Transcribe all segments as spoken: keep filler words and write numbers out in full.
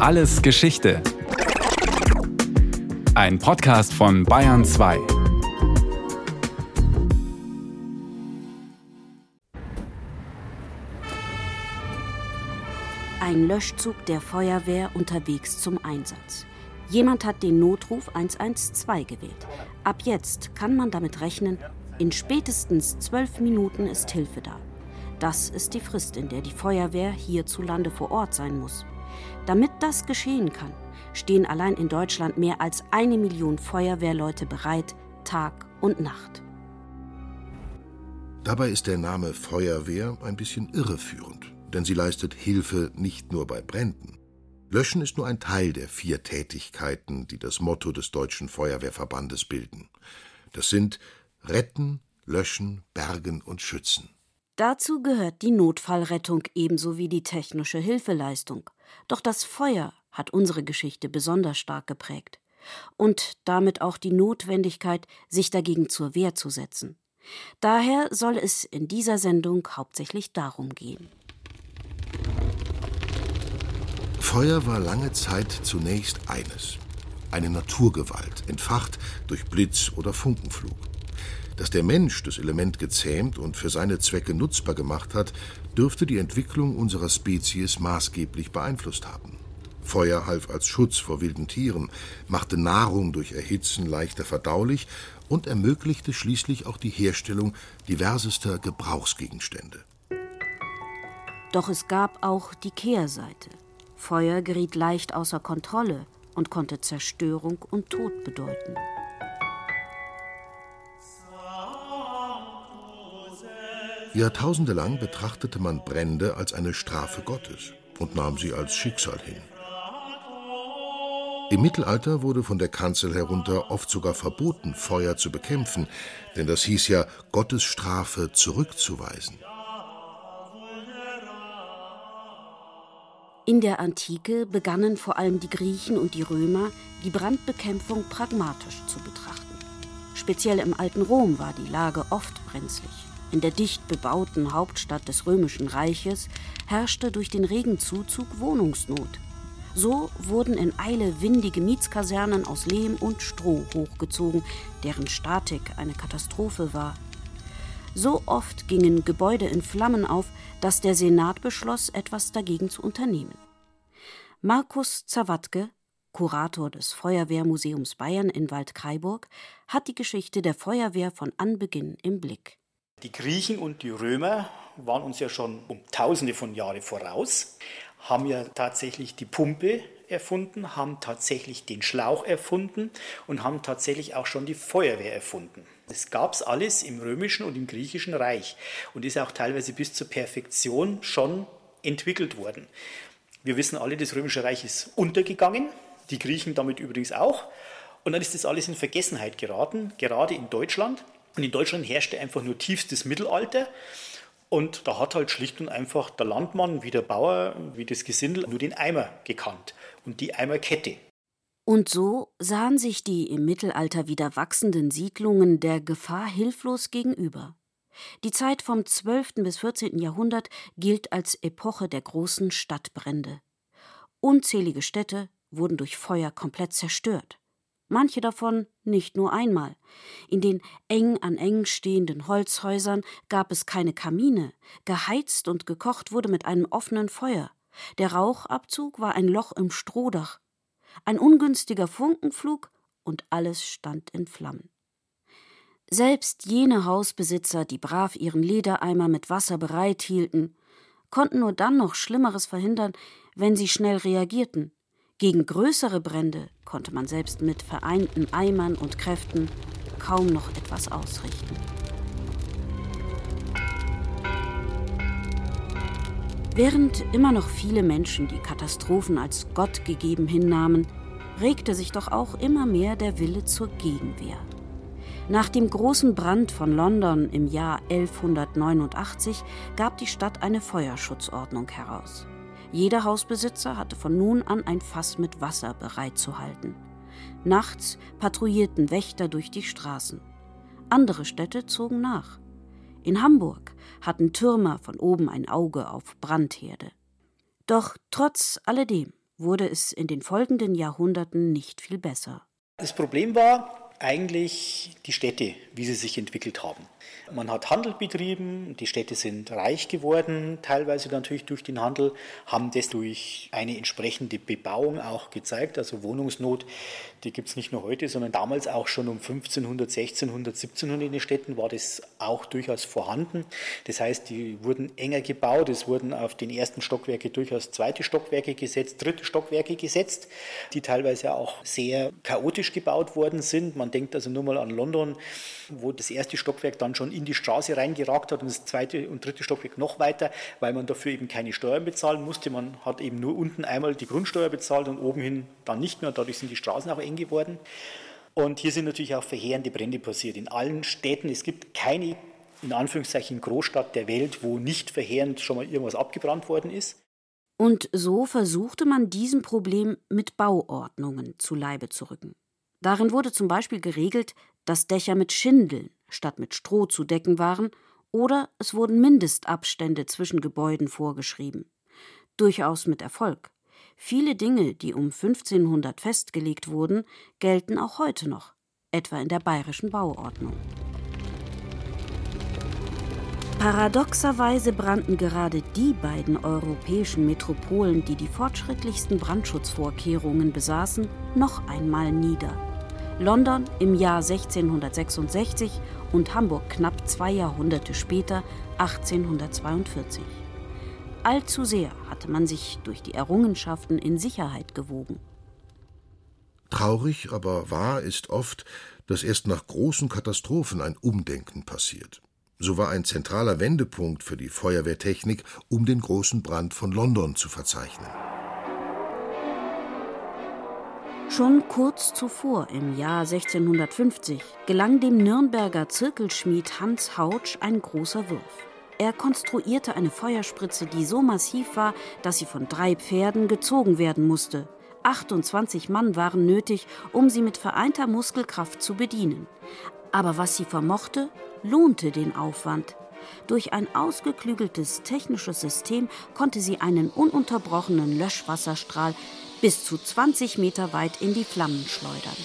Alles Geschichte. Ein Podcast von Bayern zwei. Ein Löschzug der Feuerwehr unterwegs zum Einsatz. Jemand hat den Notruf eins eins zwei gewählt. Ab jetzt kann man damit rechnen, in spätestens zwölf Minuten ist Hilfe da. Das ist die Frist, in der die Feuerwehr hierzulande vor Ort sein muss. Damit das geschehen kann, stehen allein in Deutschland mehr als eine Million Feuerwehrleute bereit, Tag und Nacht. Dabei ist der Name Feuerwehr ein bisschen irreführend, denn sie leistet Hilfe nicht nur bei Bränden. Löschen ist nur ein Teil der vier Tätigkeiten, die das Motto des Deutschen Feuerwehrverbandes bilden. Das sind Retten, Löschen, Bergen und Schützen. Dazu gehört die Notfallrettung ebenso wie die technische Hilfeleistung. Doch das Feuer hat unsere Geschichte besonders stark geprägt. Und damit auch die Notwendigkeit, sich dagegen zur Wehr zu setzen. Daher soll es in dieser Sendung hauptsächlich darum gehen. Feuer war lange Zeit zunächst eines: eine Naturgewalt, entfacht durch Blitz oder Funkenflug. Dass der Mensch das Element gezähmt und für seine Zwecke nutzbar gemacht hat, dürfte die Entwicklung unserer Spezies maßgeblich beeinflusst haben. Feuer half als Schutz vor wilden Tieren, machte Nahrung durch Erhitzen leichter verdaulich und ermöglichte schließlich auch die Herstellung diversester Gebrauchsgegenstände. Doch es gab auch die Kehrseite. Feuer geriet leicht außer Kontrolle und konnte Zerstörung und Tod bedeuten. Jahrtausendelang betrachtete man Brände als eine Strafe Gottes und nahm sie als Schicksal hin. Im Mittelalter wurde von der Kanzel herunter oft sogar verboten, Feuer zu bekämpfen, denn das hieß ja, Gottes Strafe zurückzuweisen. In der Antike begannen vor allem die Griechen und die Römer, die Brandbekämpfung pragmatisch zu betrachten. Speziell im alten Rom war die Lage oft brenzlig. In der dicht bebauten Hauptstadt des Römischen Reiches herrschte durch den Regenzuzug Wohnungsnot. So wurden in Eile windige Mietskasernen aus Lehm und Stroh hochgezogen, deren Statik eine Katastrophe war. So oft gingen Gebäude in Flammen auf, dass der Senat beschloss, etwas dagegen zu unternehmen. Markus Zawatke, Kurator des Feuerwehrmuseums Bayern in Waldkraiburg, hat die Geschichte der Feuerwehr von Anbeginn im Blick. Die Griechen und die Römer waren uns ja schon um Tausende von Jahren voraus, haben ja tatsächlich die Pumpe erfunden, haben tatsächlich den Schlauch erfunden und haben tatsächlich auch schon die Feuerwehr erfunden. Das gab es alles im Römischen und im Griechischen Reich und ist auch teilweise bis zur Perfektion schon entwickelt worden. Wir wissen alle, das Römische Reich ist untergegangen, die Griechen damit übrigens auch. Und dann ist das alles in Vergessenheit geraten, gerade in Deutschland. Und in Deutschland herrschte einfach nur tiefstes Mittelalter. Und da hat halt schlicht und einfach der Landmann, wie der Bauer, wie das Gesindel, nur den Eimer gekannt und die Eimerkette. Und so sahen sich die im Mittelalter wieder wachsenden Siedlungen der Gefahr hilflos gegenüber. Die Zeit vom zwölften bis vierzehnten Jahrhundert gilt als Epoche der großen Stadtbrände. Unzählige Städte wurden durch Feuer komplett zerstört. Manche davon nicht nur einmal. In den eng an eng stehenden Holzhäusern gab es keine Kamine. Geheizt und gekocht wurde mit einem offenen Feuer. Der Rauchabzug war ein Loch im Strohdach. Ein ungünstiger Funkenflug und alles stand in Flammen. Selbst jene Hausbesitzer, die brav ihren Ledereimer mit Wasser bereithielten, konnten nur dann noch Schlimmeres verhindern, wenn sie schnell reagierten. Gegen größere Brände konnte man selbst mit vereinten Eimern und Kräften kaum noch etwas ausrichten. Während immer noch viele Menschen die Katastrophen als Gott gegeben hinnahmen, regte sich doch auch immer mehr der Wille zur Gegenwehr. Nach dem großen Brand von London im Jahr elfhundertneunundachtzig gab die Stadt eine Feuerschutzordnung heraus. Jeder Hausbesitzer hatte von nun an ein Fass mit Wasser bereitzuhalten. Nachts patrouillierten Wächter durch die Straßen. Andere Städte zogen nach. In Hamburg hatten Türmer von oben ein Auge auf Brandherde. Doch trotz alledem wurde es in den folgenden Jahrhunderten nicht viel besser. Das Problem war eigentlich die Städte, wie sie sich entwickelt haben. Man hat Handel betrieben, die Städte sind reich geworden, teilweise natürlich durch den Handel, haben das durch eine entsprechende Bebauung auch gezeigt. Also Wohnungsnot, die gibt es nicht nur heute, sondern damals auch schon um fünfzehnhundert, sechzehnhundert, siebzehnhundert in den Städten war das auch durchaus vorhanden. Das heißt, die wurden enger gebaut, es wurden auf den ersten Stockwerke durchaus zweite Stockwerke gesetzt, dritte Stockwerke gesetzt, die teilweise auch sehr chaotisch gebaut worden sind. Man denkt also nur mal an London, wo das erste Stockwerk dann schon in die Straße reingeragt hat und das zweite und dritte Stockwerk noch weiter, weil man dafür eben keine Steuern bezahlen musste. Man hat eben nur unten einmal die Grundsteuer bezahlt und oben hin dann nicht mehr. Dadurch sind die Straßen auch eng geworden. Und hier sind natürlich auch verheerende Brände passiert. In allen Städten, es gibt keine, in Anführungszeichen, Großstadt der Welt, wo nicht verheerend schon mal irgendwas abgebrannt worden ist. Und so versuchte man diesem Problem mit Bauordnungen zu Leibe zu rücken. Darin wurde zum Beispiel geregelt, dass Dächer mit Schindeln statt mit Stroh zu decken waren, oder es wurden Mindestabstände zwischen Gebäuden vorgeschrieben. Durchaus mit Erfolg. Viele Dinge, die um fünfzehnhundert festgelegt wurden, gelten auch heute noch, etwa in der bayerischen Bauordnung. Paradoxerweise brannten gerade die beiden europäischen Metropolen, die die fortschrittlichsten Brandschutzvorkehrungen besaßen, noch einmal nieder. London im Jahr sechzehnhundertsechsundsechzig und Hamburg knapp zwei Jahrhunderte später, achtzehnhundertzweiundvierzig. Allzu sehr hatte man sich durch die Errungenschaften in Sicherheit gewogen. Traurig, aber wahr ist oft, dass erst nach großen Katastrophen ein Umdenken passiert. So war ein zentraler Wendepunkt für die Feuerwehrtechnik, um den großen Brand von London zu verzeichnen. Schon kurz zuvor, im Jahr sechzehnhundertfünfzig, gelang dem Nürnberger Zirkelschmied Hans Hautsch ein großer Wurf. Er konstruierte eine Feuerspritze, die so massiv war, dass sie von drei Pferden gezogen werden musste. achtundzwanzig Mann waren nötig, um sie mit vereinter Muskelkraft zu bedienen. Aber was sie vermochte, lohnte den Aufwand. Durch ein ausgeklügeltes technisches System konnte sie einen ununterbrochenen Löschwasserstrahl bis zu zwanzig Meter weit in die Flammen schleudern.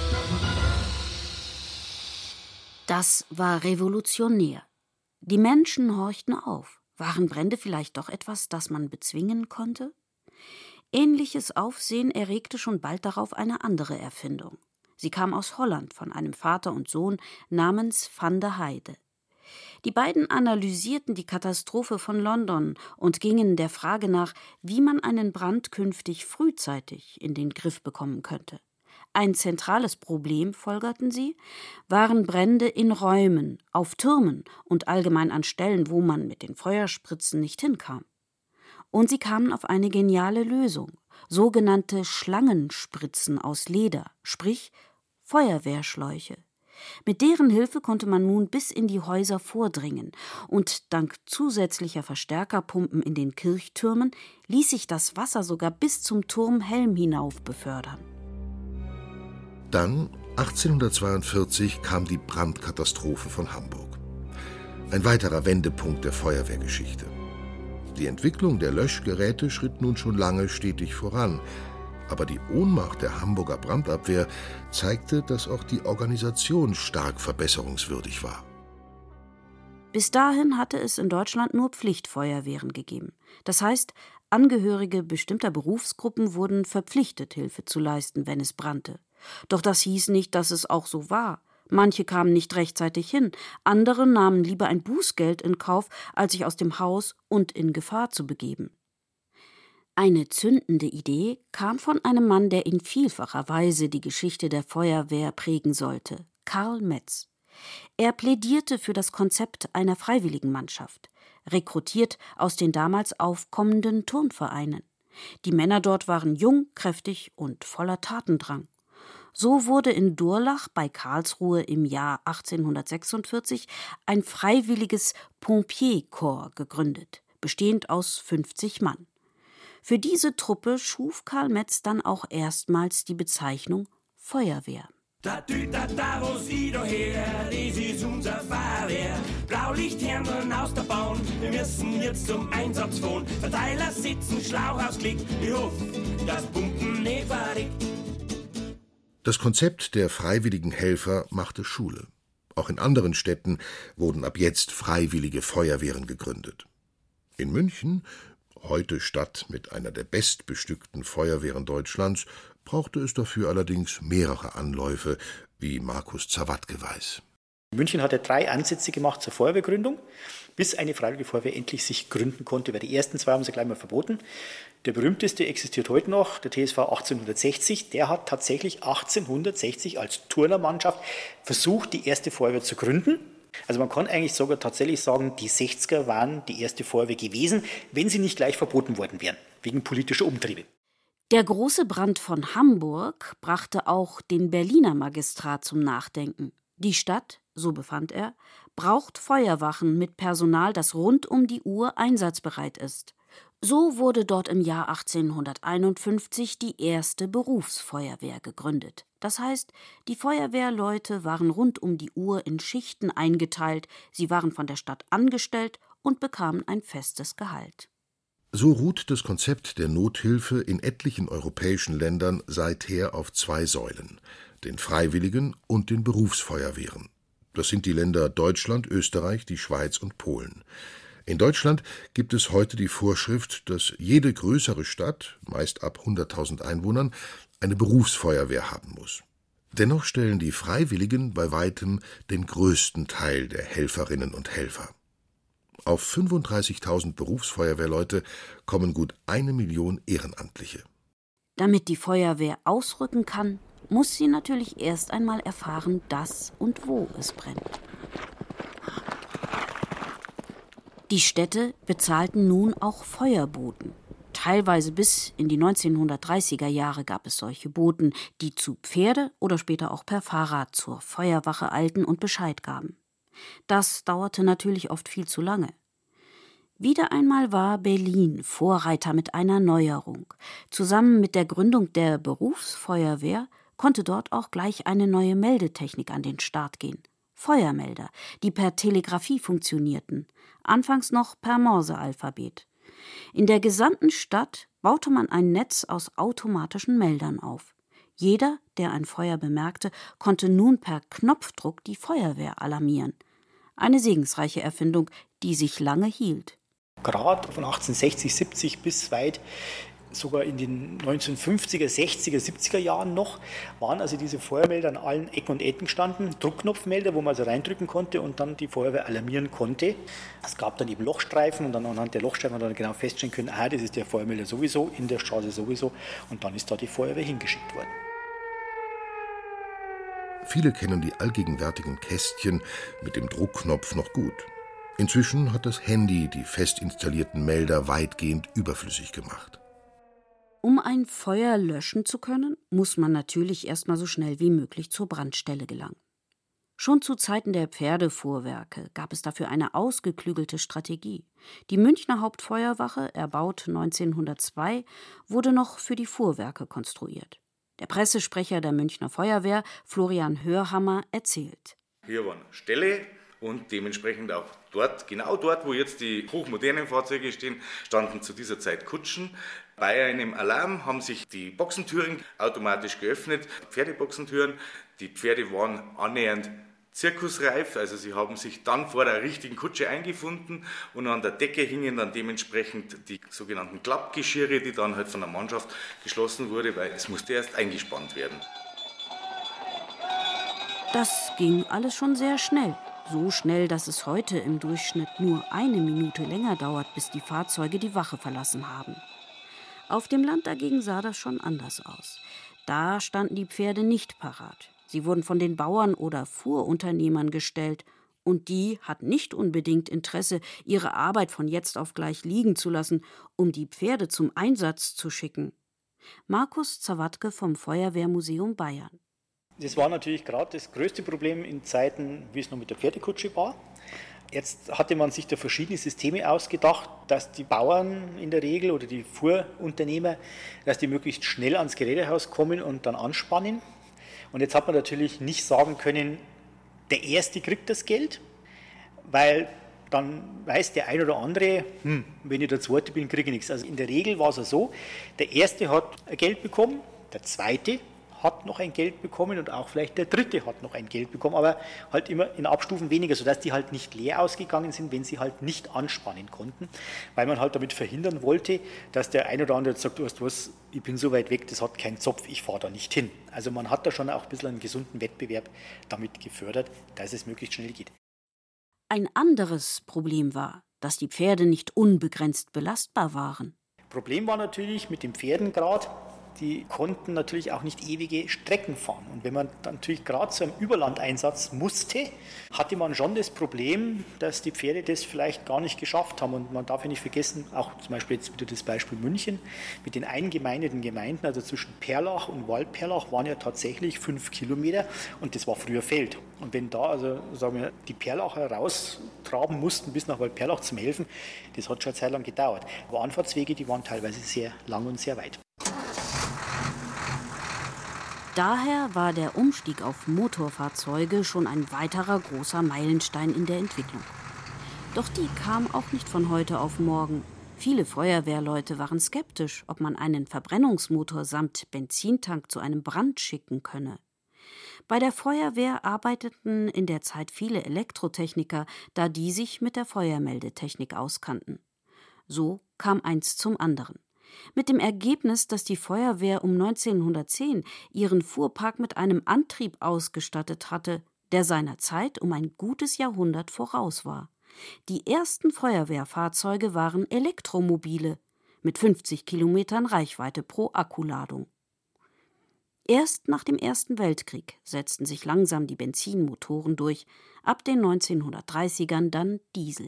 Das war revolutionär. Die Menschen horchten auf. Waren Brände vielleicht doch etwas, das man bezwingen konnte? Ähnliches Aufsehen erregte schon bald darauf eine andere Erfindung. Sie kam aus Holland von einem Vater und Sohn namens Van der Heide. Die beiden analysierten die Katastrophe von London und gingen der Frage nach, wie man einen Brand künftig frühzeitig in den Griff bekommen könnte. Ein zentrales Problem, folgerten sie, waren Brände in Räumen, auf Türmen und allgemein an Stellen, wo man mit den Feuerspritzen nicht hinkam. Und sie kamen auf eine geniale Lösung, sogenannte Schlangenspritzen aus Leder, sprich Feuerwehrschläuche. Mit deren Hilfe konnte man nun bis in die Häuser vordringen, und dank zusätzlicher Verstärkerpumpen in den Kirchtürmen ließ sich das Wasser sogar bis zum Turmhelm hinauf befördern. Dann, achtzehnhundertzweiundvierzig, kam die Brandkatastrophe von Hamburg. Ein weiterer Wendepunkt der Feuerwehrgeschichte. Die Entwicklung der Löschgeräte schritt nun schon lange stetig voran. Aber die Ohnmacht der Hamburger Brandabwehr zeigte, dass auch die Organisation stark verbesserungswürdig war. Bis dahin hatte es in Deutschland nur Pflichtfeuerwehren gegeben. Das heißt, Angehörige bestimmter Berufsgruppen wurden verpflichtet, Hilfe zu leisten, wenn es brannte. Doch das hieß nicht, dass es auch so war. Manche kamen nicht rechtzeitig hin, andere nahmen lieber ein Bußgeld in Kauf, als sich aus dem Haus und in Gefahr zu begeben. Eine zündende Idee kam von einem Mann, der in vielfacher Weise die Geschichte der Feuerwehr prägen sollte, Karl Metz. Er plädierte für das Konzept einer Freiwilligenmannschaft, rekrutiert aus den damals aufkommenden Turnvereinen. Die Männer dort waren jung, kräftig und voller Tatendrang. So wurde in Durlach bei Karlsruhe im Jahr achtzehnhundertsechsundvierzig ein freiwilliges Pompier-Korps gegründet, bestehend aus fünfzig Mann. Für diese Truppe schuf Karl Metz dann auch erstmals die Bezeichnung Feuerwehr. Da tüt da da, wo sie doch her, das ist unser Feuerwehr. Blaulichthirnen aus der Bahn, wir müssen jetzt zum Einsatz fahren. Verteiler sitzen, Schlauch ausgelegt, ich hoffe, das Pumpen nicht verrückt. Das Konzept der freiwilligen Helfer machte Schule. Auch in anderen Städten wurden ab jetzt freiwillige Feuerwehren gegründet. In München, heute Stadt mit einer der bestbestückten Feuerwehren Deutschlands, brauchte es dafür allerdings mehrere Anläufe, wie Markus Zawatke weiß. München hatte drei Ansätze gemacht zur Feuerwehrgründung, bis eine freiwillige Feuerwehr endlich sich gründen konnte. Weil die ersten zwei haben sie gleich mal verboten. Der berühmteste existiert heute noch, der T S V achtzehnhundertsechzig. Der hat tatsächlich achtzehnhundertsechzig als Turnermannschaft versucht, die erste Feuerwehr zu gründen. Also man kann eigentlich sogar tatsächlich sagen, die sechziger waren die erste Feuerwehr gewesen, wenn sie nicht gleich verboten worden wären, wegen politischer Umtriebe. Der große Brand von Hamburg brachte auch den Berliner Magistrat zum Nachdenken. Die Stadt, so befand er, braucht Feuerwachen mit Personal, das rund um die Uhr einsatzbereit ist. So wurde dort im Jahr achtzehnhunderteinundfünfzig die erste Berufsfeuerwehr gegründet. Das heißt, die Feuerwehrleute waren rund um die Uhr in Schichten eingeteilt, sie waren von der Stadt angestellt und bekamen ein festes Gehalt. So ruht das Konzept der Nothilfe in etlichen europäischen Ländern seither auf zwei Säulen: den Freiwilligen und den Berufsfeuerwehren. Das sind die Länder Deutschland, Österreich, die Schweiz und Polen. In Deutschland gibt es heute die Vorschrift, dass jede größere Stadt, meist ab hunderttausend Einwohnern, eine Berufsfeuerwehr haben muss. Dennoch stellen die Freiwilligen bei weitem den größten Teil der Helferinnen und Helfer. Auf fünfunddreißigtausend Berufsfeuerwehrleute kommen gut eine Million Ehrenamtliche. Damit die Feuerwehr ausrücken kann, muss sie natürlich erst einmal erfahren, dass und wo es brennt. Die Städte bezahlten nun auch Feuerboten. Teilweise bis in die neunzehnhundertdreißiger Jahre gab es solche Boten, die zu Pferde oder später auch per Fahrrad zur Feuerwache eilten und Bescheid gaben. Das dauerte natürlich oft viel zu lange. Wieder einmal war Berlin Vorreiter mit einer Neuerung. Zusammen mit der Gründung der Berufsfeuerwehr konnte dort auch gleich eine neue Meldetechnik an den Start gehen. Feuermelder, die per Telegrafie funktionierten, anfangs noch per Morsealphabet. In der gesamten Stadt baute man ein Netz aus automatischen Meldern auf. Jeder, der ein Feuer bemerkte, konnte nun per Knopfdruck die Feuerwehr alarmieren. Eine segensreiche Erfindung, die sich lange hielt. Gerade von achtzehnhundertsechzig, siebzig bis weit sogar in den neunzehnhundertfünfziger, sechziger, siebziger Jahren noch, waren also diese Feuermelder an allen Ecken und Enden gestanden, Druckknopfmelder, wo man also reindrücken konnte und dann die Feuerwehr alarmieren konnte. Es gab dann eben Lochstreifen und dann anhand der Lochstreifen hat man dann genau feststellen können, ah, das ist der Feuermelder sowieso, in der Straße sowieso, und dann ist da die Feuerwehr hingeschickt worden. Viele kennen die allgegenwärtigen Kästchen mit dem Druckknopf noch gut. Inzwischen hat das Handy die fest installierten Melder weitgehend überflüssig gemacht. Um ein Feuer löschen zu können, muss man natürlich erstmal so schnell wie möglich zur Brandstelle gelangen. Schon zu Zeiten der Pferdefuhrwerke gab es dafür eine ausgeklügelte Strategie. Die Münchner Hauptfeuerwache, erbaut neunzehnhundertzwei, wurde noch für die Fuhrwerke konstruiert. Der Pressesprecher der Münchner Feuerwehr, Florian Hörhammer, erzählt: Hier war eine Stelle und dementsprechend auch dort, genau dort, wo jetzt die hochmodernen Fahrzeuge stehen, standen zu dieser Zeit Kutschen. Bei einem Alarm haben sich die Boxentüren automatisch geöffnet, Pferdeboxentüren. Die Pferde waren annähernd zirkusreif, also sie haben sich dann vor der richtigen Kutsche eingefunden und an der Decke hingen dann dementsprechend die sogenannten Klappgeschirre, die dann halt von der Mannschaft geschlossen wurde, weil es musste erst eingespannt werden. Das ging alles schon sehr schnell. So schnell, dass es heute im Durchschnitt nur eine Minute länger dauert, bis die Fahrzeuge die Wache verlassen haben. Auf dem Land dagegen sah das schon anders aus. Da standen die Pferde nicht parat. Sie wurden von den Bauern oder Fuhrunternehmern gestellt. Und die hatten nicht unbedingt Interesse, ihre Arbeit von jetzt auf gleich liegen zu lassen, um die Pferde zum Einsatz zu schicken. Markus Zawatke vom Feuerwehrmuseum Bayern. Das war natürlich gerade das größte Problem in Zeiten, wie es noch mit der Pferdekutsche war. Jetzt hatte man sich da verschiedene Systeme ausgedacht, dass die Bauern in der Regel oder die Fuhrunternehmer, dass die möglichst schnell ans Gerätehaus kommen und dann anspannen. Und jetzt hat man natürlich nicht sagen können, der Erste kriegt das Geld, weil dann weiß der ein oder andere, hm, wenn ich der Zweite bin, kriege ich nichts. Also in der Regel war es so, der Erste hat Geld bekommen, der Zweite hat noch ein Geld bekommen und auch vielleicht der Dritte hat noch ein Geld bekommen, aber halt immer in Abstufen weniger, sodass die halt nicht leer ausgegangen sind, wenn sie halt nicht anspannen konnten, weil man halt damit verhindern wollte, dass der ein oder andere sagt, du hast was, ich bin so weit weg, das hat keinen Zopf, ich fahre da nicht hin. Also man hat da schon auch ein bisschen einen gesunden Wettbewerb damit gefördert, dass es möglichst schnell geht. Ein anderes Problem war, dass die Pferde nicht unbegrenzt belastbar waren. Problem war natürlich mit den Pferden gerade, die konnten natürlich auch nicht ewige Strecken fahren. Und wenn man dann natürlich gerade zu einem Überlandeinsatz musste, hatte man schon das Problem, dass die Pferde das vielleicht gar nicht geschafft haben. Und man darf ja nicht vergessen, auch zum Beispiel jetzt wieder das Beispiel München, mit den eingemeindeten Gemeinden, also zwischen Perlach und Waldperlach waren ja tatsächlich fünf Kilometer und das war früher Feld. Und wenn da also sagen wir, die Perlacher raustraben mussten bis nach Waldperlach zum Helfen, das hat schon eine Zeit lang gedauert. Aber Anfahrtswege, die waren teilweise sehr lang und sehr weit. Daher war der Umstieg auf Motorfahrzeuge schon ein weiterer großer Meilenstein in der Entwicklung. Doch die kam auch nicht von heute auf morgen. Viele Feuerwehrleute waren skeptisch, ob man einen Verbrennungsmotor samt Benzintank zu einem Brand schicken könne. Bei der Feuerwehr arbeiteten in der Zeit viele Elektrotechniker, da die sich mit der Feuermeldetechnik auskannten. So kam eins zum anderen. Mit dem Ergebnis, dass die Feuerwehr um neunzehnhundertzehn ihren Fuhrpark mit einem Antrieb ausgestattet hatte, der seiner Zeit um ein gutes Jahrhundert voraus war. Die ersten Feuerwehrfahrzeuge waren Elektromobile mit fünfzig Kilometern Reichweite pro Akkuladung. Erst nach dem Ersten Weltkrieg setzten sich langsam die Benzinmotoren durch, ab den neunzehnhundertdreißigern dann Diesel.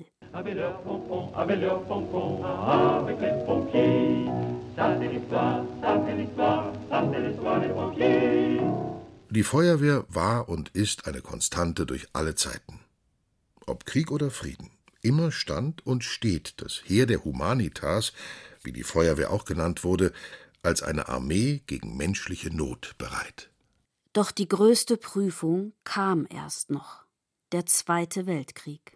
Die Feuerwehr war und ist eine Konstante durch alle Zeiten. Ob Krieg oder Frieden, immer stand und steht das Heer der Humanitas, wie die Feuerwehr auch genannt wurde, als eine Armee gegen menschliche Not bereit. Doch die größte Prüfung kam erst noch: der Zweite Weltkrieg.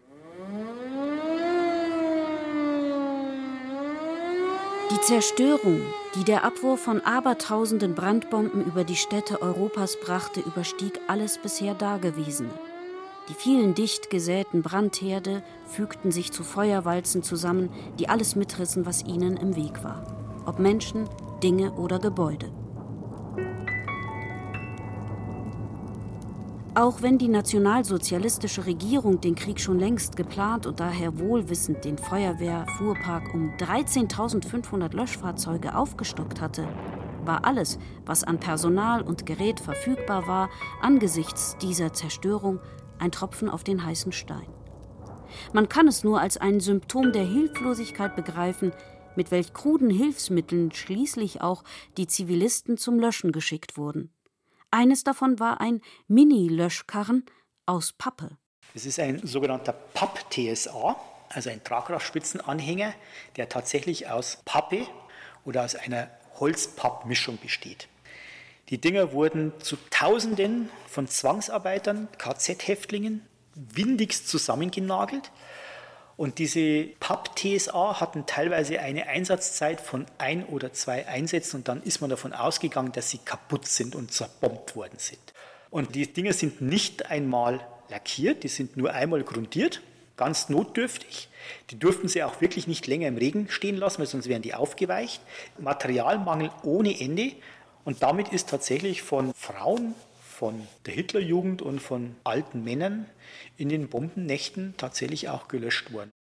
Die Zerstörung, die der Abwurf von abertausenden Brandbomben über die Städte Europas brachte, überstieg alles bisher Dagewesene. Die vielen dicht gesäten Brandherde fügten sich zu Feuerwalzen zusammen, die alles mitrissen, was ihnen im Weg war. Ob Menschen, Dinge oder Gebäude. Auch wenn die nationalsozialistische Regierung den Krieg schon längst geplant und daher wohlwissend den Feuerwehrfuhrpark um dreizehntausendfünfhundert Löschfahrzeuge aufgestockt hatte, war alles, was an Personal und Gerät verfügbar war, angesichts dieser Zerstörung ein Tropfen auf den heißen Stein. Man kann es nur als ein Symptom der Hilflosigkeit begreifen, mit welch kruden Hilfsmitteln schließlich auch die Zivilisten zum Löschen geschickt wurden. Eines davon war ein Mini-Löschkarren aus Pappe. Das ist ein sogenannter Papp-T S A, also ein Tragkraftspitzenanhänger, der tatsächlich aus Pappe oder aus einer Holz-Papp-Mischung besteht. Die Dinger wurden zu Tausenden von Zwangsarbeitern, K Z-Häftlingen, windigst zusammengenagelt. Und diese Papp-T S A hatten teilweise eine Einsatzzeit von ein oder zwei Einsätzen und dann ist man davon ausgegangen, dass sie kaputt sind und zerbombt worden sind. Und die Dinger sind nicht einmal lackiert, die sind nur einmal grundiert, ganz notdürftig. Die durften sie auch wirklich nicht länger im Regen stehen lassen, weil sonst wären die aufgeweicht. Materialmangel ohne Ende und damit ist tatsächlich von Frauen, von der Hitlerjugend und von alten Männern in den Bombennächten tatsächlich auch gelöscht worden.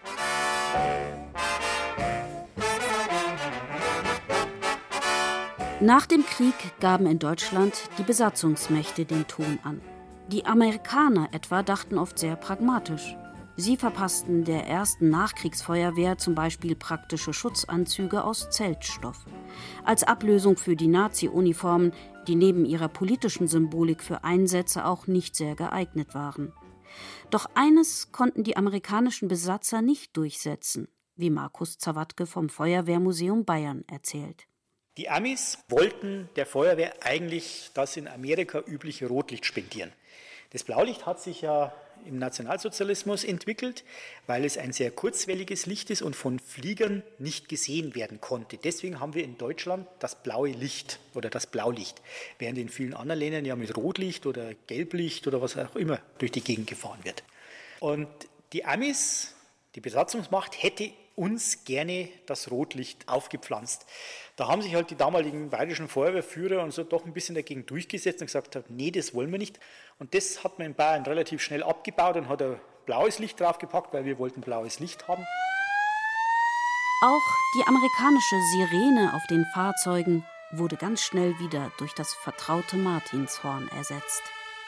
Nach dem Krieg gaben in Deutschland die Besatzungsmächte den Ton an. Die Amerikaner etwa dachten oft sehr pragmatisch. Sie verpassten der ersten Nachkriegsfeuerwehr zum Beispiel praktische Schutzanzüge aus Zeltstoff. Als Ablösung für die Nazi-Uniformen, die neben ihrer politischen Symbolik für Einsätze auch nicht sehr geeignet waren. Doch eines konnten die amerikanischen Besatzer nicht durchsetzen, wie Markus Zawatke vom Feuerwehrmuseum Bayern erzählt. Die Amis wollten der Feuerwehr eigentlich das in Amerika übliche Rotlicht spendieren. Das Blaulicht hat sich ja im Nationalsozialismus entwickelt, weil es ein sehr kurzwelliges Licht ist und von Fliegern nicht gesehen werden konnte. Deswegen haben wir in Deutschland das blaue Licht oder das Blaulicht, während in vielen anderen Ländern ja mit Rotlicht oder Gelblicht oder was auch immer durch die Gegend gefahren wird. Und die Amis, die Besatzungsmacht, hätte uns gerne das Rotlicht aufgepflanzt. Da haben sich halt die damaligen bayerischen Feuerwehrführer und so doch ein bisschen dagegen durchgesetzt und gesagt haben, nee, das wollen wir nicht. Und das hat man in Bayern relativ schnell abgebaut und hat ein blaues Licht draufgepackt, weil wir wollten blaues Licht haben. Auch die amerikanische Sirene auf den Fahrzeugen wurde ganz schnell wieder durch das vertraute Martinshorn ersetzt.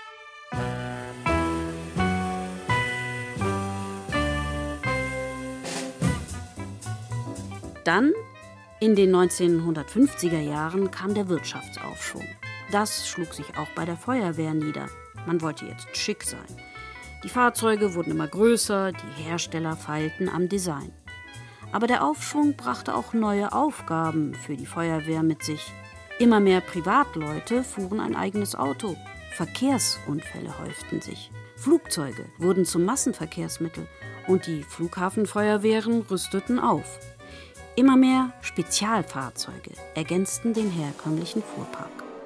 Dann, in den neunzehnhundertfünfziger Jahren, kam der Wirtschaftsaufschwung. Das schlug sich auch bei der Feuerwehr nieder. Man wollte jetzt schick sein. Die Fahrzeuge wurden immer größer, die Hersteller feilten am Design. Aber der Aufschwung brachte auch neue Aufgaben für die Feuerwehr mit sich. Immer mehr Privatleute fuhren ein eigenes Auto. Verkehrsunfälle häuften sich. Flugzeuge wurden zum Massenverkehrsmittel und die Flughafenfeuerwehren rüsteten auf. Immer mehr Spezialfahrzeuge ergänzten den herkömmlichen Fuhrpark.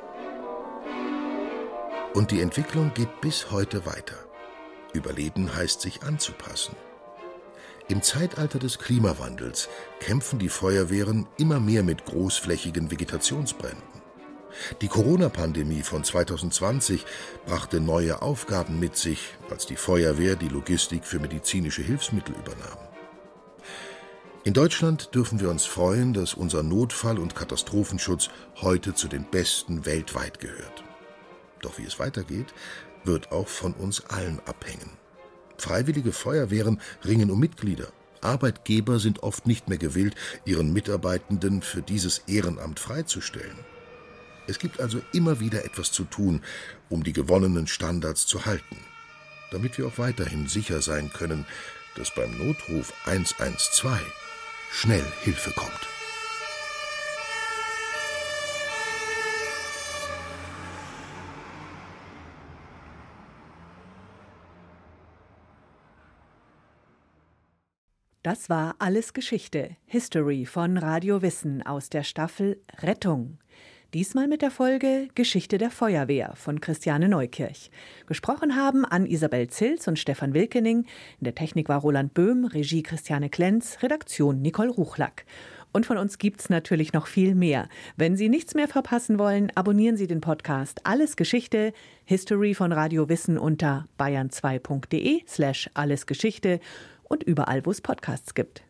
Und die Entwicklung geht bis heute weiter. Überleben heißt sich anzupassen. Im Zeitalter des Klimawandels kämpfen die Feuerwehren immer mehr mit großflächigen Vegetationsbränden. Die Corona-Pandemie von zwanzig zwanzig brachte neue Aufgaben mit sich, als die Feuerwehr die Logistik für medizinische Hilfsmittel übernahm. In Deutschland dürfen wir uns freuen, dass unser Notfall- und Katastrophenschutz heute zu den besten weltweit gehört. Doch wie es weitergeht, wird auch von uns allen abhängen. Freiwillige Feuerwehren ringen um Mitglieder. Arbeitgeber sind oft nicht mehr gewillt, ihren Mitarbeitenden für dieses Ehrenamt freizustellen. Es gibt also immer wieder etwas zu tun, um die gewonnenen Standards zu halten, damit wir auch weiterhin sicher sein können, dass beim Notruf eins eins zwei schnell Hilfe kommt. Das war Alles Geschichte, History von Radio Wissen aus der Staffel Rettung. Diesmal mit der Folge Geschichte der Feuerwehr von Christiane Neukirch. Gesprochen haben Ann-Isabel Zils und Stefan Wilkening. In der Technik war Roland Böhm, Regie Christiane Klenz, Redaktion Nicole Ruchlack. Und von uns gibt's natürlich noch viel mehr. Wenn Sie nichts mehr verpassen wollen, abonnieren Sie den Podcast Alles Geschichte, History von Radio Wissen unter bayern zwei punkt de slash allesgeschichte und überall, wo es Podcasts gibt.